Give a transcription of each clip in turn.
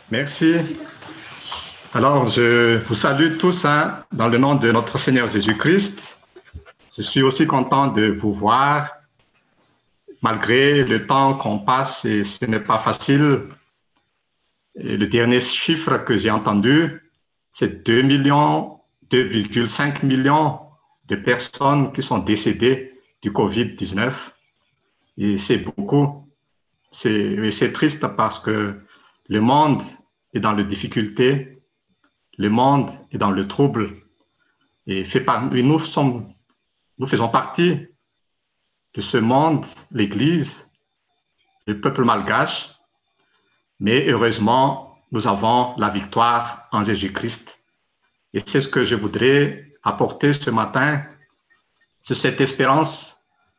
Merci. Alors, je vous salue tous dans le nom de notre Seigneur Jésus-Christ. Je suis aussi content de vous voir, malgré le temps qu'on passe et ce n'est pas facile. Et le dernier chiffre que j'ai entendu, c'est 2 millions, 2,5 millions de personnes qui sont décédées du Covid-19. Et c'est beaucoup. C'est triste parce que le monde est dans les difficultés, le monde est dans le trouble. Et nous faisons partie de ce monde, l'Église, le peuple malgache, mais heureusement, nous avons la victoire en Jésus-Christ. Et c'est ce que je voudrais apporter ce matin, c'est cette espérance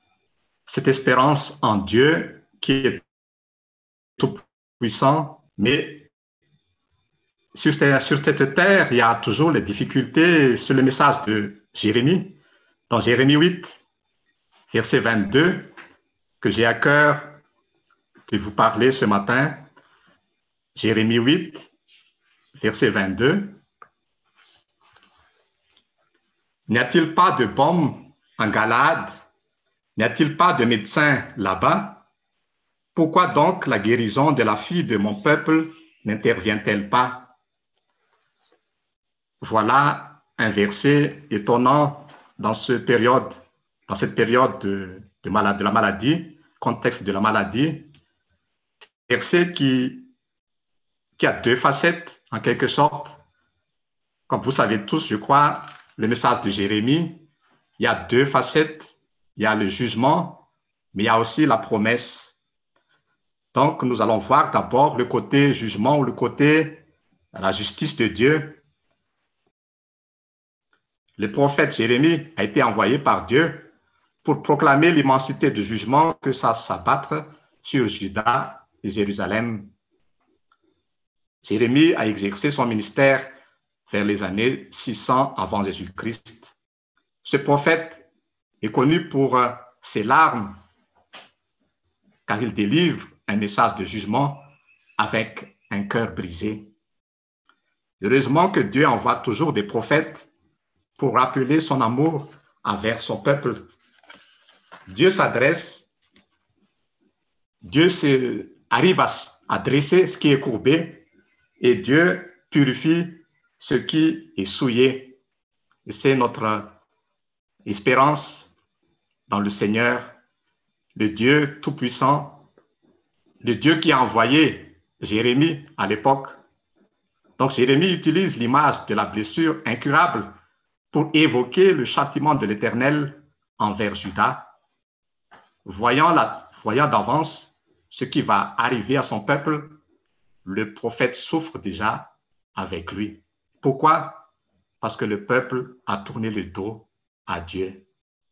en Dieu qui est tout puissant, mais sur cette terre, il y a toujours les difficultés. C'est le message de Jérémie, dans Jérémie 8, verset 22, que j'ai à cœur de vous parler ce matin. Jérémie 8, verset 22. N'y a-t-il pas de baume en Galade? N'y a-t-il pas de médecin là-bas? Pourquoi donc la guérison de la fille de mon peuple n'intervient-elle pas? Voilà un verset étonnant dans cette période de la maladie, contexte de la maladie. Verset qui a deux facettes, en quelque sorte. Comme vous savez tous, je crois, le message de Jérémie, il y a deux facettes. Il y a le jugement, mais il y a aussi la promesse. Donc, nous allons voir d'abord le côté jugement ou le côté la justice de Dieu. Le prophète Jérémie a été envoyé par Dieu pour proclamer l'immensité du jugement que ça s'abattre sur Juda et Jérusalem. Jérémie a exercé son ministère vers les années 600 avant Jésus-Christ. Ce prophète est connu pour ses larmes, car il délivre un message de jugement avec un cœur brisé. Heureusement que Dieu envoie toujours des prophètes pour rappeler son amour envers son peuple. Dieu arrive à dresser ce qui est courbé et Dieu purifie ce qui est souillé. Et c'est notre espérance dans le Seigneur, le Dieu tout-puissant, le Dieu qui a envoyé Jérémie à l'époque. Donc Jérémie utilise l'image de la blessure incurable pour évoquer le châtiment de l'Éternel envers Juda. Voyant d'avance ce qui va arriver à son peuple, le prophète souffre déjà avec lui. Pourquoi? Parce que le peuple a tourné le dos à Dieu.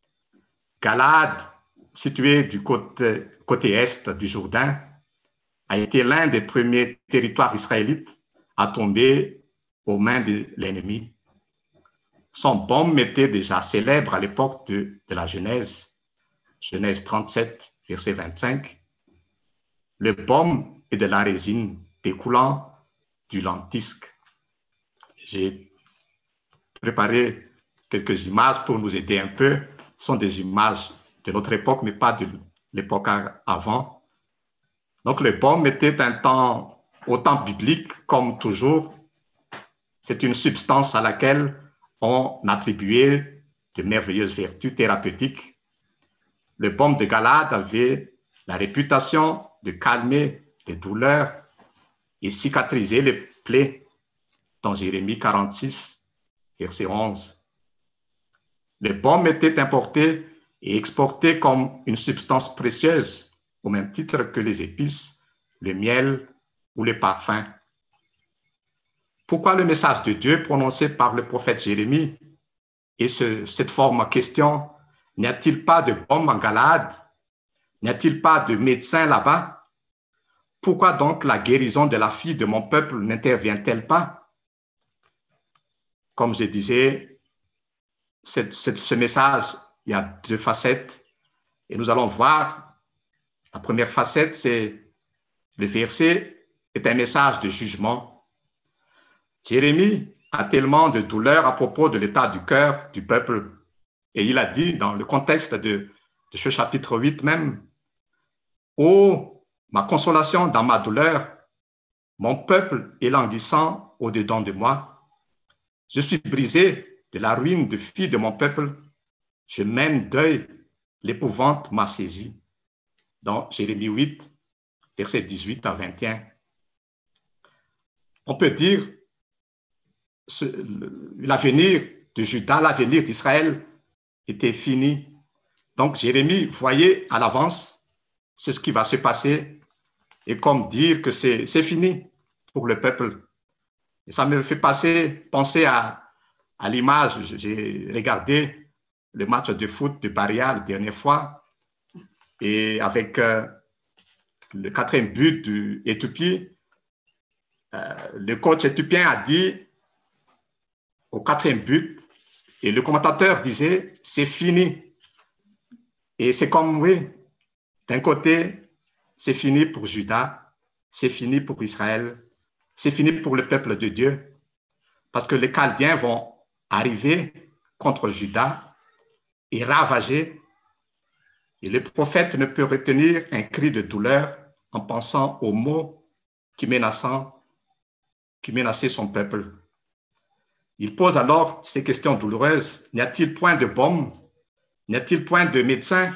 Galade, situé du côté est du Jourdain, a été l'un des premiers territoires israélites à tomber aux mains de l'ennemi. Son baume était déjà célèbre à l'époque de la Genèse, Genèse 37, verset 25. Le baume est de la résine découlant du lentisque. J'ai préparé quelques images pour nous aider un peu. Ce sont des images de notre époque, mais pas de l'époque avant. Donc, le baume était au temps biblique, comme toujours. C'est une substance à laquelle on attribuait de merveilleuses vertus thérapeutiques. Le baume de Galade avait la réputation de calmer les douleurs et cicatriser les plaies, dans Jérémie 46, verset 11. Le baume était importé et exporté comme une substance précieuse, au même titre que les épices, le miel ou les parfums. Pourquoi le message de Dieu prononcé par le prophète Jérémie et cette forme en question, n'y a-t-il pas de baume en Galade? N'y a-t-il pas de médecin là-bas? Pourquoi donc la guérison de la fille de mon peuple n'intervient-elle pas? Comme je disais, ce message, il y a deux facettes et nous allons voir. La première facette, c'est le verset est un message de jugement. Jérémie a tellement de douleur à propos de l'état du cœur du peuple. Et il a dit dans le contexte de ce chapitre 8 même, « Oh, ma consolation dans ma douleur, mon peuple est languissant au-dedans de moi. Je suis brisé de la ruine de fille de mon peuple. Je mène deuil, l'épouvante m'a saisi. » Dans Jérémie 8, versets 18 à 21. On peut dire l'avenir de Juda, l'avenir d'Israël était fini. Donc Jérémie voyait à l'avance ce qui va se passer et comme dire que c'est fini pour le peuple. Et ça me fait penser à l'image. J'ai regardé le match de foot de Paria la dernière fois et avec le 4e but du Éthiopie, le coach éthiopien a dit au 4e but et le commentateur disait c'est fini. Et c'est comme, oui, d'un côté, c'est fini pour Juda, c'est fini pour Israël, c'est fini pour le peuple de Dieu, parce que les Chaldéens vont arriver contre Juda et ravager. Et le prophète ne peut retenir un cri de douleur en pensant aux mots qui menaçaient son peuple. Il pose alors ces questions douloureuses. N'y a-t-il point de baume? N'y a-t-il point de médecin?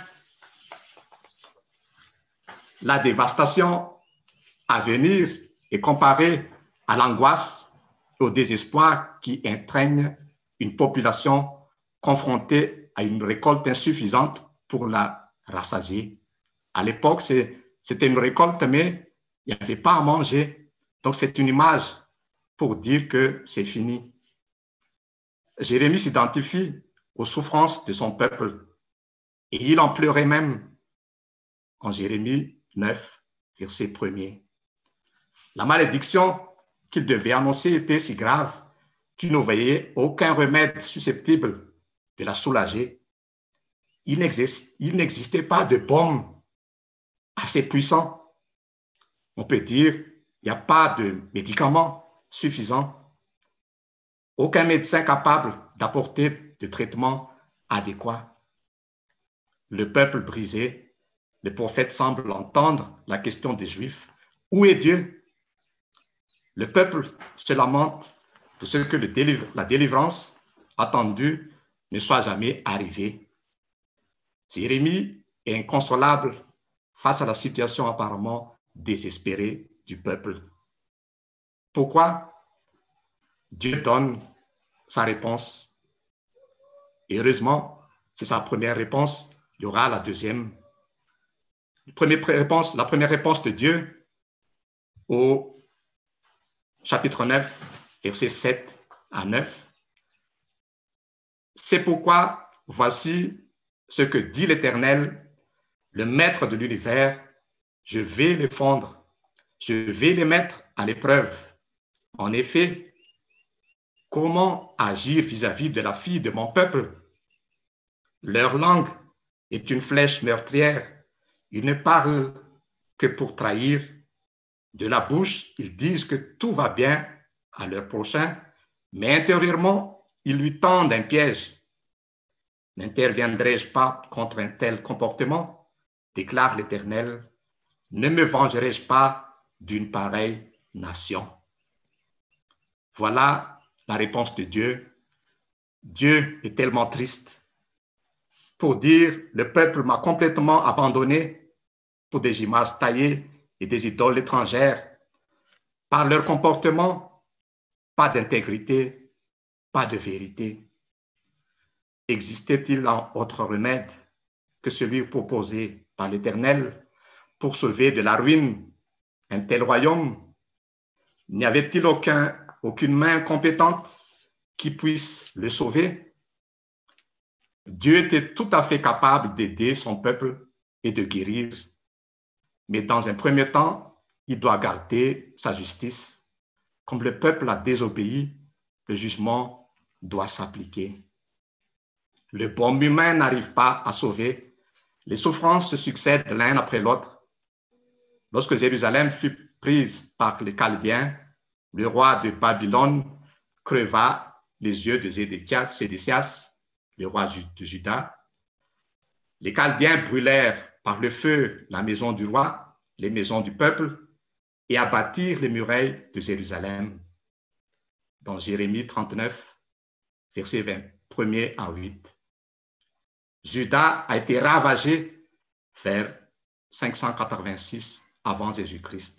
La dévastation à venir est comparée à l'angoisse et au désespoir qui entraîne une population confrontée à une récolte insuffisante pour la rassasier. À l'époque, c'était une récolte, mais il n'y avait pas à manger. Donc, c'est une image pour dire que c'est fini. Jérémie s'identifie aux souffrances de son peuple et il en pleurait même en Jérémie 9, verset 1er. La malédiction qu'il devait annoncer était si grave qu'il ne voyait aucun remède susceptible de la soulager. Il n'existait pas de baume assez puissant. On peut dire qu'il n'y a pas de médicaments suffisants. Aucun médecin capable d'apporter de traitement adéquat. Le peuple brisé, le prophète semble entendre la question des Juifs. Où est Dieu? Le peuple se lamente de ce que la délivrance attendue ne soit jamais arrivée. Jérémie est inconsolable face à la situation apparemment désespérée du peuple. Pourquoi? Dieu donne sa réponse. Et heureusement, c'est sa première réponse. Il y aura la deuxième. La première réponse de Dieu au chapitre 9, versets 7 à 9. C'est pourquoi, voici ce que dit l'Éternel, le Maître de l'univers, je vais les fondre, je vais les mettre à l'épreuve. En effet, comment agir vis-à-vis de la fille de mon peuple? Leur langue est une flèche meurtrière. Ils ne parlent que pour trahir. De la bouche, ils disent que tout va bien à leur prochain, mais intérieurement, ils lui tendent un piège. N'interviendrai-je pas contre un tel comportement? Déclare l'Éternel. Ne me vengerai-je pas d'une pareille nation? Voilà la réponse de Dieu. Dieu est tellement triste pour dire le peuple m'a complètement abandonné pour des images taillées et des idoles étrangères. Par leur comportement, pas d'intégrité, pas de vérité. Existait-il un autre remède que celui proposé par l'Éternel pour sauver de la ruine un tel royaume? N'y avait-il aucune main compétente qui puisse le sauver? Dieu était tout à fait capable d'aider son peuple et de guérir. Mais dans un premier temps, il doit garder sa justice. Comme le peuple a désobéi, le jugement doit s'appliquer. Le baume humain n'arrive pas à sauver. Les souffrances se succèdent l'un après l'autre. Lorsque Jérusalem fut prise par les Chaldéens, le roi de Babylone creva les yeux de Sédécias, le roi de Juda. Les Chaldéens brûlèrent par le feu la maison du roi, les maisons du peuple, et abattirent les murailles de Jérusalem. Dans Jérémie 39, versets 1er à 8. Juda a été ravagé vers 586 avant Jésus-Christ.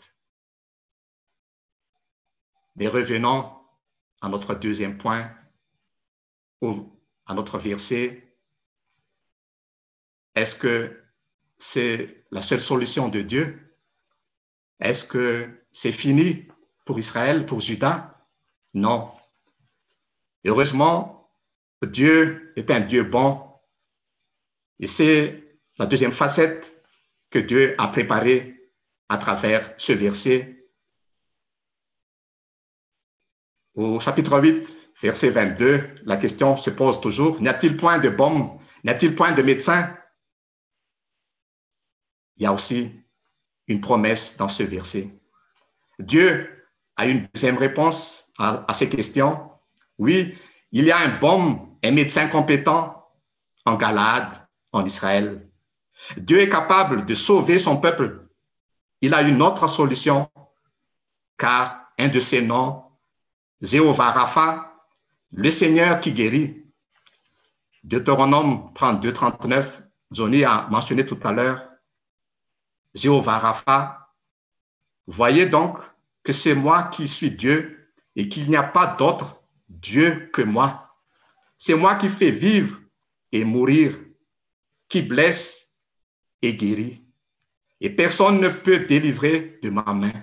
Mais revenons à notre deuxième point, à notre verset. Est-ce que c'est la seule solution de Dieu? Est-ce que c'est fini pour Israël, pour Juda? Non. Heureusement, Dieu est un Dieu bon. Et c'est la deuxième facette que Dieu a préparée à travers ce verset. Au chapitre 8, verset 22, la question se pose toujours, n'y a-t-il point de baume? N'y a-t-il point de médecin? Il y a aussi une promesse dans ce verset. Dieu a une deuxième réponse à ces questions. Oui, il y a un baume, un médecin compétent en Galade, en Israël. Dieu est capable de sauver son peuple. Il a une autre solution, car un de ses noms, Jéhovah Rapha, le Seigneur qui guérit. Deutéronome 32, 39, Johnny a mentionné tout à l'heure, Jéhovah Rapha. Voyez donc que c'est moi qui suis Dieu et qu'il n'y a pas d'autre Dieu que moi. C'est moi qui fais vivre et mourir, qui blesse et guérit. Et personne ne peut délivrer de ma main.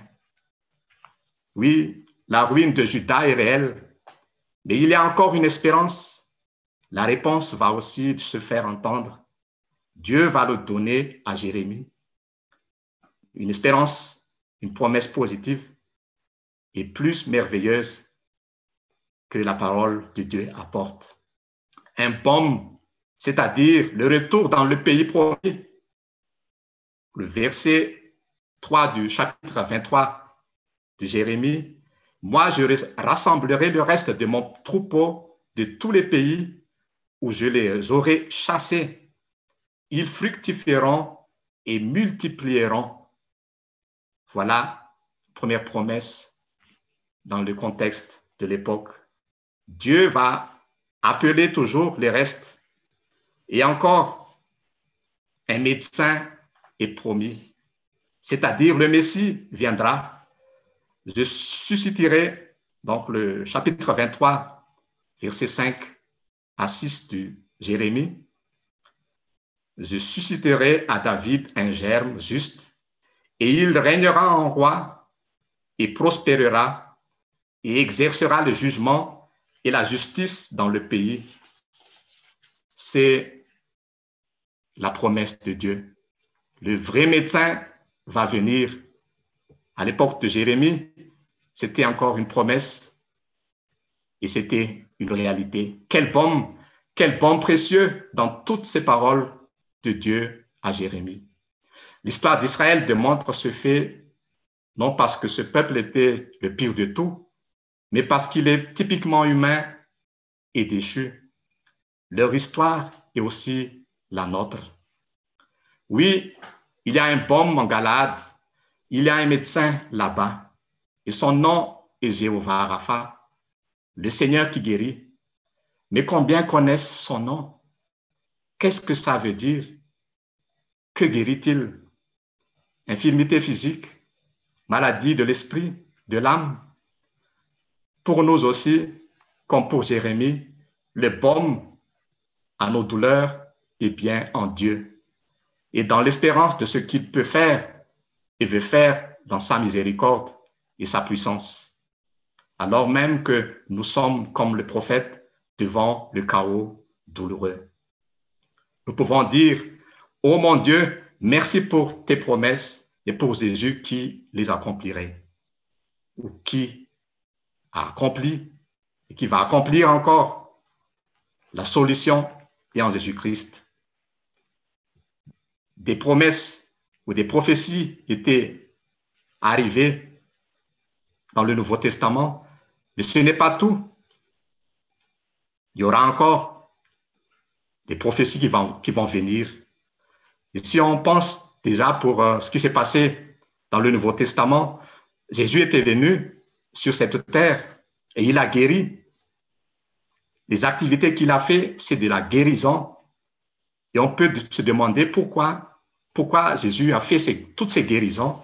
Oui, la ruine de Juda est réelle, mais il y a encore une espérance. La réponse va aussi se faire entendre. Dieu va le donner à Jérémie. Une espérance, une promesse positive et plus merveilleuse que la parole de Dieu apporte. Un baume, c'est-à-dire le retour dans le pays promis. Le verset 3 du chapitre 23 de Jérémie, « Moi, je rassemblerai le reste de mon troupeau de tous les pays où je les aurai chassés. Ils fructifieront et multiplieront. » Voilà la première promesse dans le contexte de l'époque. Dieu va appeler toujours les restes. Et encore, un médecin est promis, c'est-à-dire le Messie viendra. Je susciterai, donc le chapitre 23, versets 5 à 6 de Jérémie, je susciterai à David un germe juste, et il régnera en roi, et prospérera, et exercera le jugement et la justice dans le pays. C'est la promesse de Dieu. Le vrai médecin va venir. À l'époque de Jérémie, c'était encore une promesse et c'était une réalité. Quel baume précieux dans toutes ces paroles de Dieu à Jérémie. L'histoire d'Israël démontre ce fait, non parce que ce peuple était le pire de tout, mais parce qu'il est typiquement humain et déchu. Leur histoire est aussi la nôtre. Oui, il y a un baume en Galade, il y a un médecin là-bas, et son nom est Jéhovah Rapha, le Seigneur qui guérit. Mais combien connaissent son nom? Qu'est-ce que ça veut dire? Que guérit-il? Infirmité physique, maladie de l'esprit, de l'âme? Pour nous aussi, comme pour Jérémie, le baume à nos douleurs est bien en Dieu et dans l'espérance de ce qu'il peut faire et veut faire dans sa miséricorde et sa puissance. Alors même que nous sommes comme le prophète devant le chaos douloureux. Nous pouvons dire, « Oh mon Dieu, merci pour tes promesses et pour Jésus qui les accomplirait. » Ou qui a accompli et qui va accomplir encore. La solution est en Jésus-Christ. Des promesses ou des prophéties étaient arrivées dans le Nouveau Testament. Mais ce n'est pas tout. Il y aura encore des prophéties qui vont venir. Et si on pense déjà pour ce qui s'est passé dans le Nouveau Testament, Jésus était venu sur cette terre et il a guéri. Les activités qu'il a fait, c'est de la guérison. Et on peut se demander pourquoi Jésus a fait toutes ces guérisons.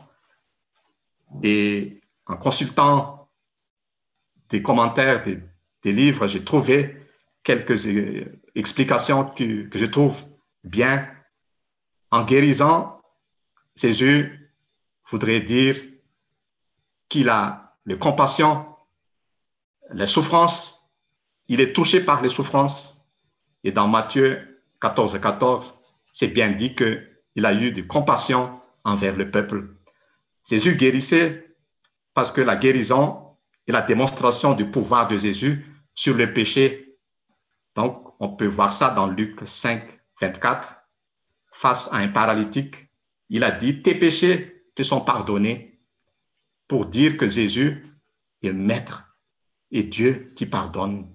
Et en consultant des commentaires des livres, j'ai trouvé quelques explications que je trouve bien. En guérissant, Jésus voudrait dire qu'il a la compassion, les souffrances, il est touché par les souffrances. Et dans Matthieu 14, 14, c'est bien dit qu'il a eu de compassion envers le peuple. Jésus guérissait parce que la guérison est la démonstration du pouvoir de Jésus sur le péché. Donc, on peut voir ça dans Luc 5, 24. Face à un paralytique, il a dit, tes péchés te sont pardonnés, pour dire que Jésus est maître et Dieu qui pardonne.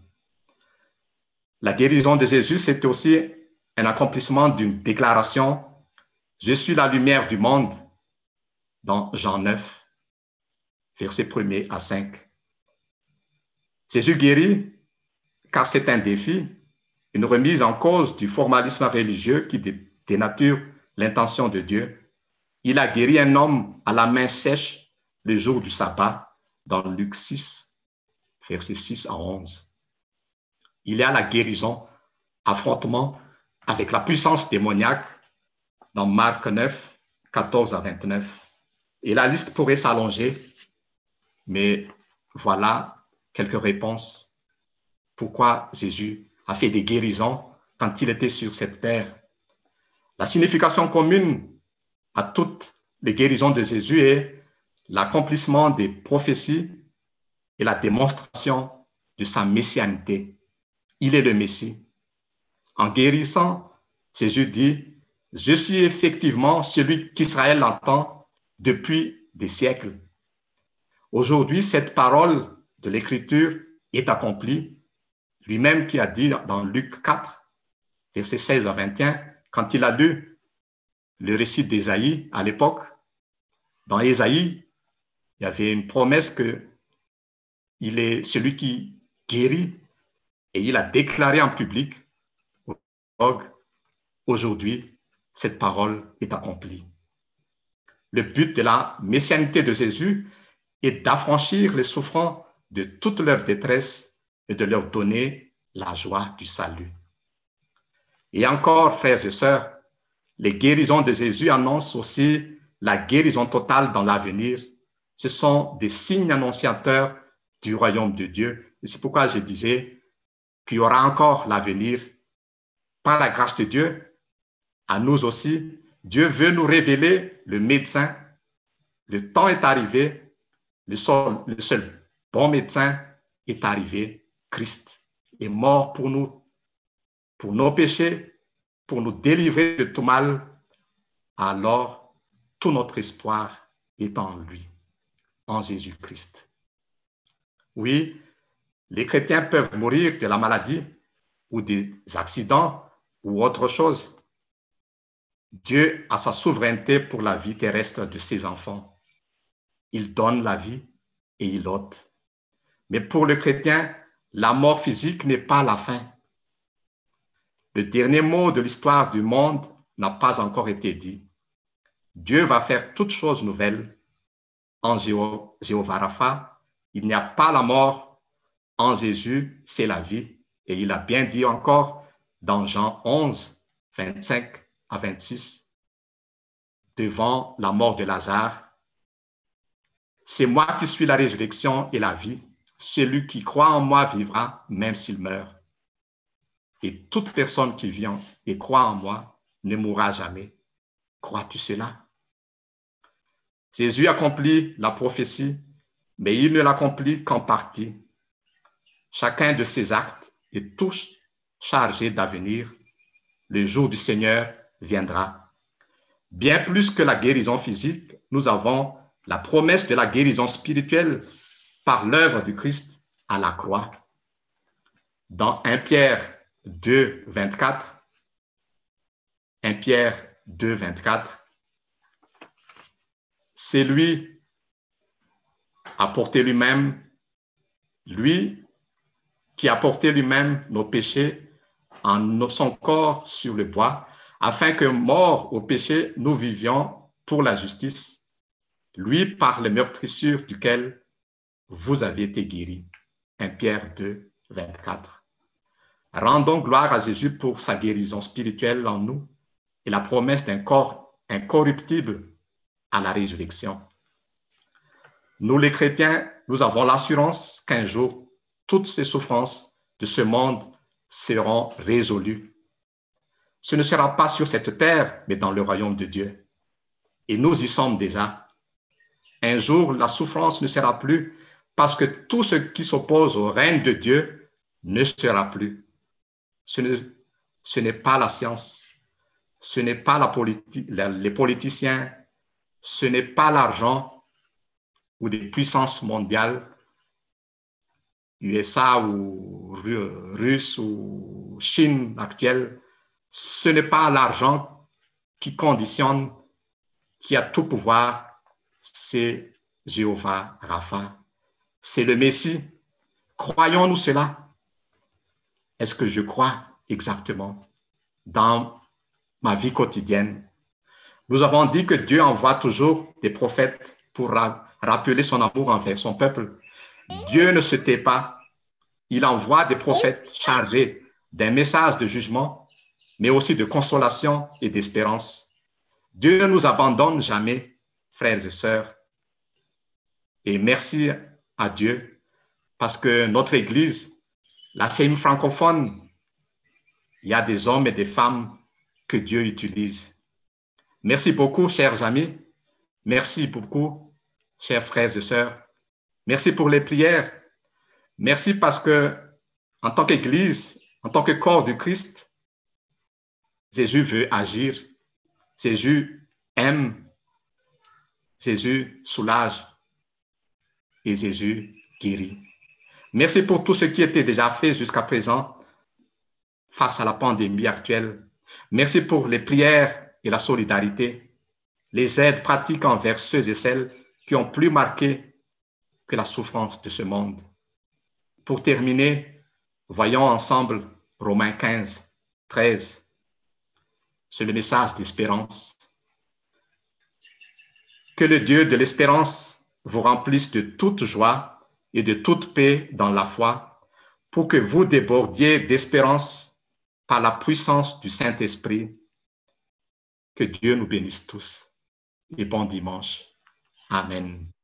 La guérison de Jésus, c'est aussi un accomplissement d'une déclaration. Je suis la lumière du monde, dans Jean 9, versets 1er à 5. Jésus guérit car c'est un défi, une remise en cause du formalisme religieux qui dénature l'intention de Dieu. Il a guéri un homme à la main sèche le jour du sabbat, dans Luc 6, versets 6 à 11. Il y a la guérison, affrontement avec la puissance démoniaque, dans Marc 9, 14 à 29. Et la liste pourrait s'allonger, mais voilà quelques réponses. Pourquoi Jésus a fait des guérisons quand il était sur cette terre? La signification commune à toutes les guérisons de Jésus est l'accomplissement des prophéties et la démonstration de sa messianité. Il est le Messie. En guérissant, Jésus dit, « Je suis effectivement celui qu'Israël entend depuis des siècles. » Aujourd'hui, cette parole de l'Écriture est accomplie. Lui-même qui a dit dans Luc 4, versets 16 à 21, quand il a lu le récit d'Ésaïe à l'époque, dans Ésaïe, il y avait une promesse que il est celui qui guérit et il a déclaré en public, aujourd'hui, cette parole est accomplie. Le but de la messianité de Jésus est d'affranchir les souffrants de toute leur détresse et de leur donner la joie du salut. Et encore, frères et sœurs, les guérisons de Jésus annoncent aussi la guérison totale dans l'avenir. Ce sont des signes annonciateurs du royaume de Dieu. Et c'est pourquoi je disais qu'il y aura encore l'avenir. Par la grâce de Dieu, à nous aussi, Dieu veut nous révéler le médecin. Le temps est arrivé, le seul bon médecin est arrivé. Christ est mort pour nous, pour nos péchés, pour nous délivrer de tout mal. Alors, tout notre espoir est en lui, en Jésus-Christ. Oui, les chrétiens peuvent mourir de la maladie ou des accidents ou autre chose. Dieu a sa souveraineté pour la vie terrestre de ses enfants. Il donne la vie et il ôte. Mais pour le chrétien, la mort physique n'est pas la fin. Le dernier mot de l'histoire du monde n'a pas encore été dit. Dieu va faire toutes choses nouvelles. En Jéhovah Rapha, il n'y a pas la mort. En Jésus, c'est la vie. Et il a bien dit encore dans Jean 11, 25 à 26, devant la mort de Lazare, « C'est moi qui suis la résurrection et la vie. Celui qui croit en moi vivra, même s'il meurt. Et toute personne qui vient et croit en moi ne mourra jamais. Crois-tu cela? » Jésus accomplit la prophétie, mais il ne l'accomplit qu'en partie. Chacun de ses actes est tous chargé d'avenir. Le jour du Seigneur viendra. Bien plus que la guérison physique, nous avons la promesse de la guérison spirituelle par l'œuvre du Christ à la croix. Dans 1 Pierre 2, 24, 1 Pierre 2, 24, c'est lui a porté lui-même, lui qui a porté lui-même nos péchés en son corps sur le bois, afin que, morts au péché, nous vivions pour la justice, lui par les meurtrissures duquel vous avez été guéris. 1 Pierre 2, 24. Rendons gloire à Jésus pour sa guérison spirituelle en nous et la promesse d'un corps incorruptible à la résurrection. Nous, les chrétiens, nous avons l'assurance qu'un jour, toutes ces souffrances de ce monde seront résolues. Ce ne sera pas sur cette terre, mais dans le royaume de Dieu. Et nous y sommes déjà. Un jour, la souffrance ne sera plus parce que tout ce qui s'oppose au règne de Dieu ne sera plus. Ce n'est pas la science, ce n'est pas les politiciens, ce n'est pas l'argent ou des puissances mondiales, USA ou Russe ou Chine actuelle. Ce n'est pas l'argent qui conditionne, qui a tout pouvoir, c'est Jéhovah Rapha. C'est le Messie. Croyons-nous cela? Est-ce que je crois exactement dans ma vie quotidienne? Nous avons dit que Dieu envoie toujours des prophètes pour rappeler son amour envers son peuple. Dieu ne se tait pas. Il envoie des prophètes chargés d'un message de jugement, mais aussi de consolation et d'espérance. Dieu ne nous abandonne jamais, frères et sœurs. Et merci à Dieu, parce que notre Église, la CEIM francophone, il y a des hommes et des femmes que Dieu utilise. Merci beaucoup, chers amis. Merci beaucoup, chers frères et sœurs. Merci pour les prières. Merci parce que, en tant qu'Église, en tant que corps du Christ, Jésus veut agir. Jésus aime. Jésus soulage. Et Jésus guérit. Merci pour tout ce qui était déjà fait jusqu'à présent face à la pandémie actuelle. Merci pour les prières et la solidarité, les aides pratiques envers ceux et celles qui ont plus marqué que la souffrance de ce monde. Pour terminer, voyons ensemble Romains 15, 13. C'est le message d'espérance. Que le Dieu de l'espérance vous remplisse de toute joie et de toute paix dans la foi, pour que vous débordiez d'espérance par la puissance du Saint-Esprit. Que Dieu nous bénisse tous. Et bon dimanche. Amen.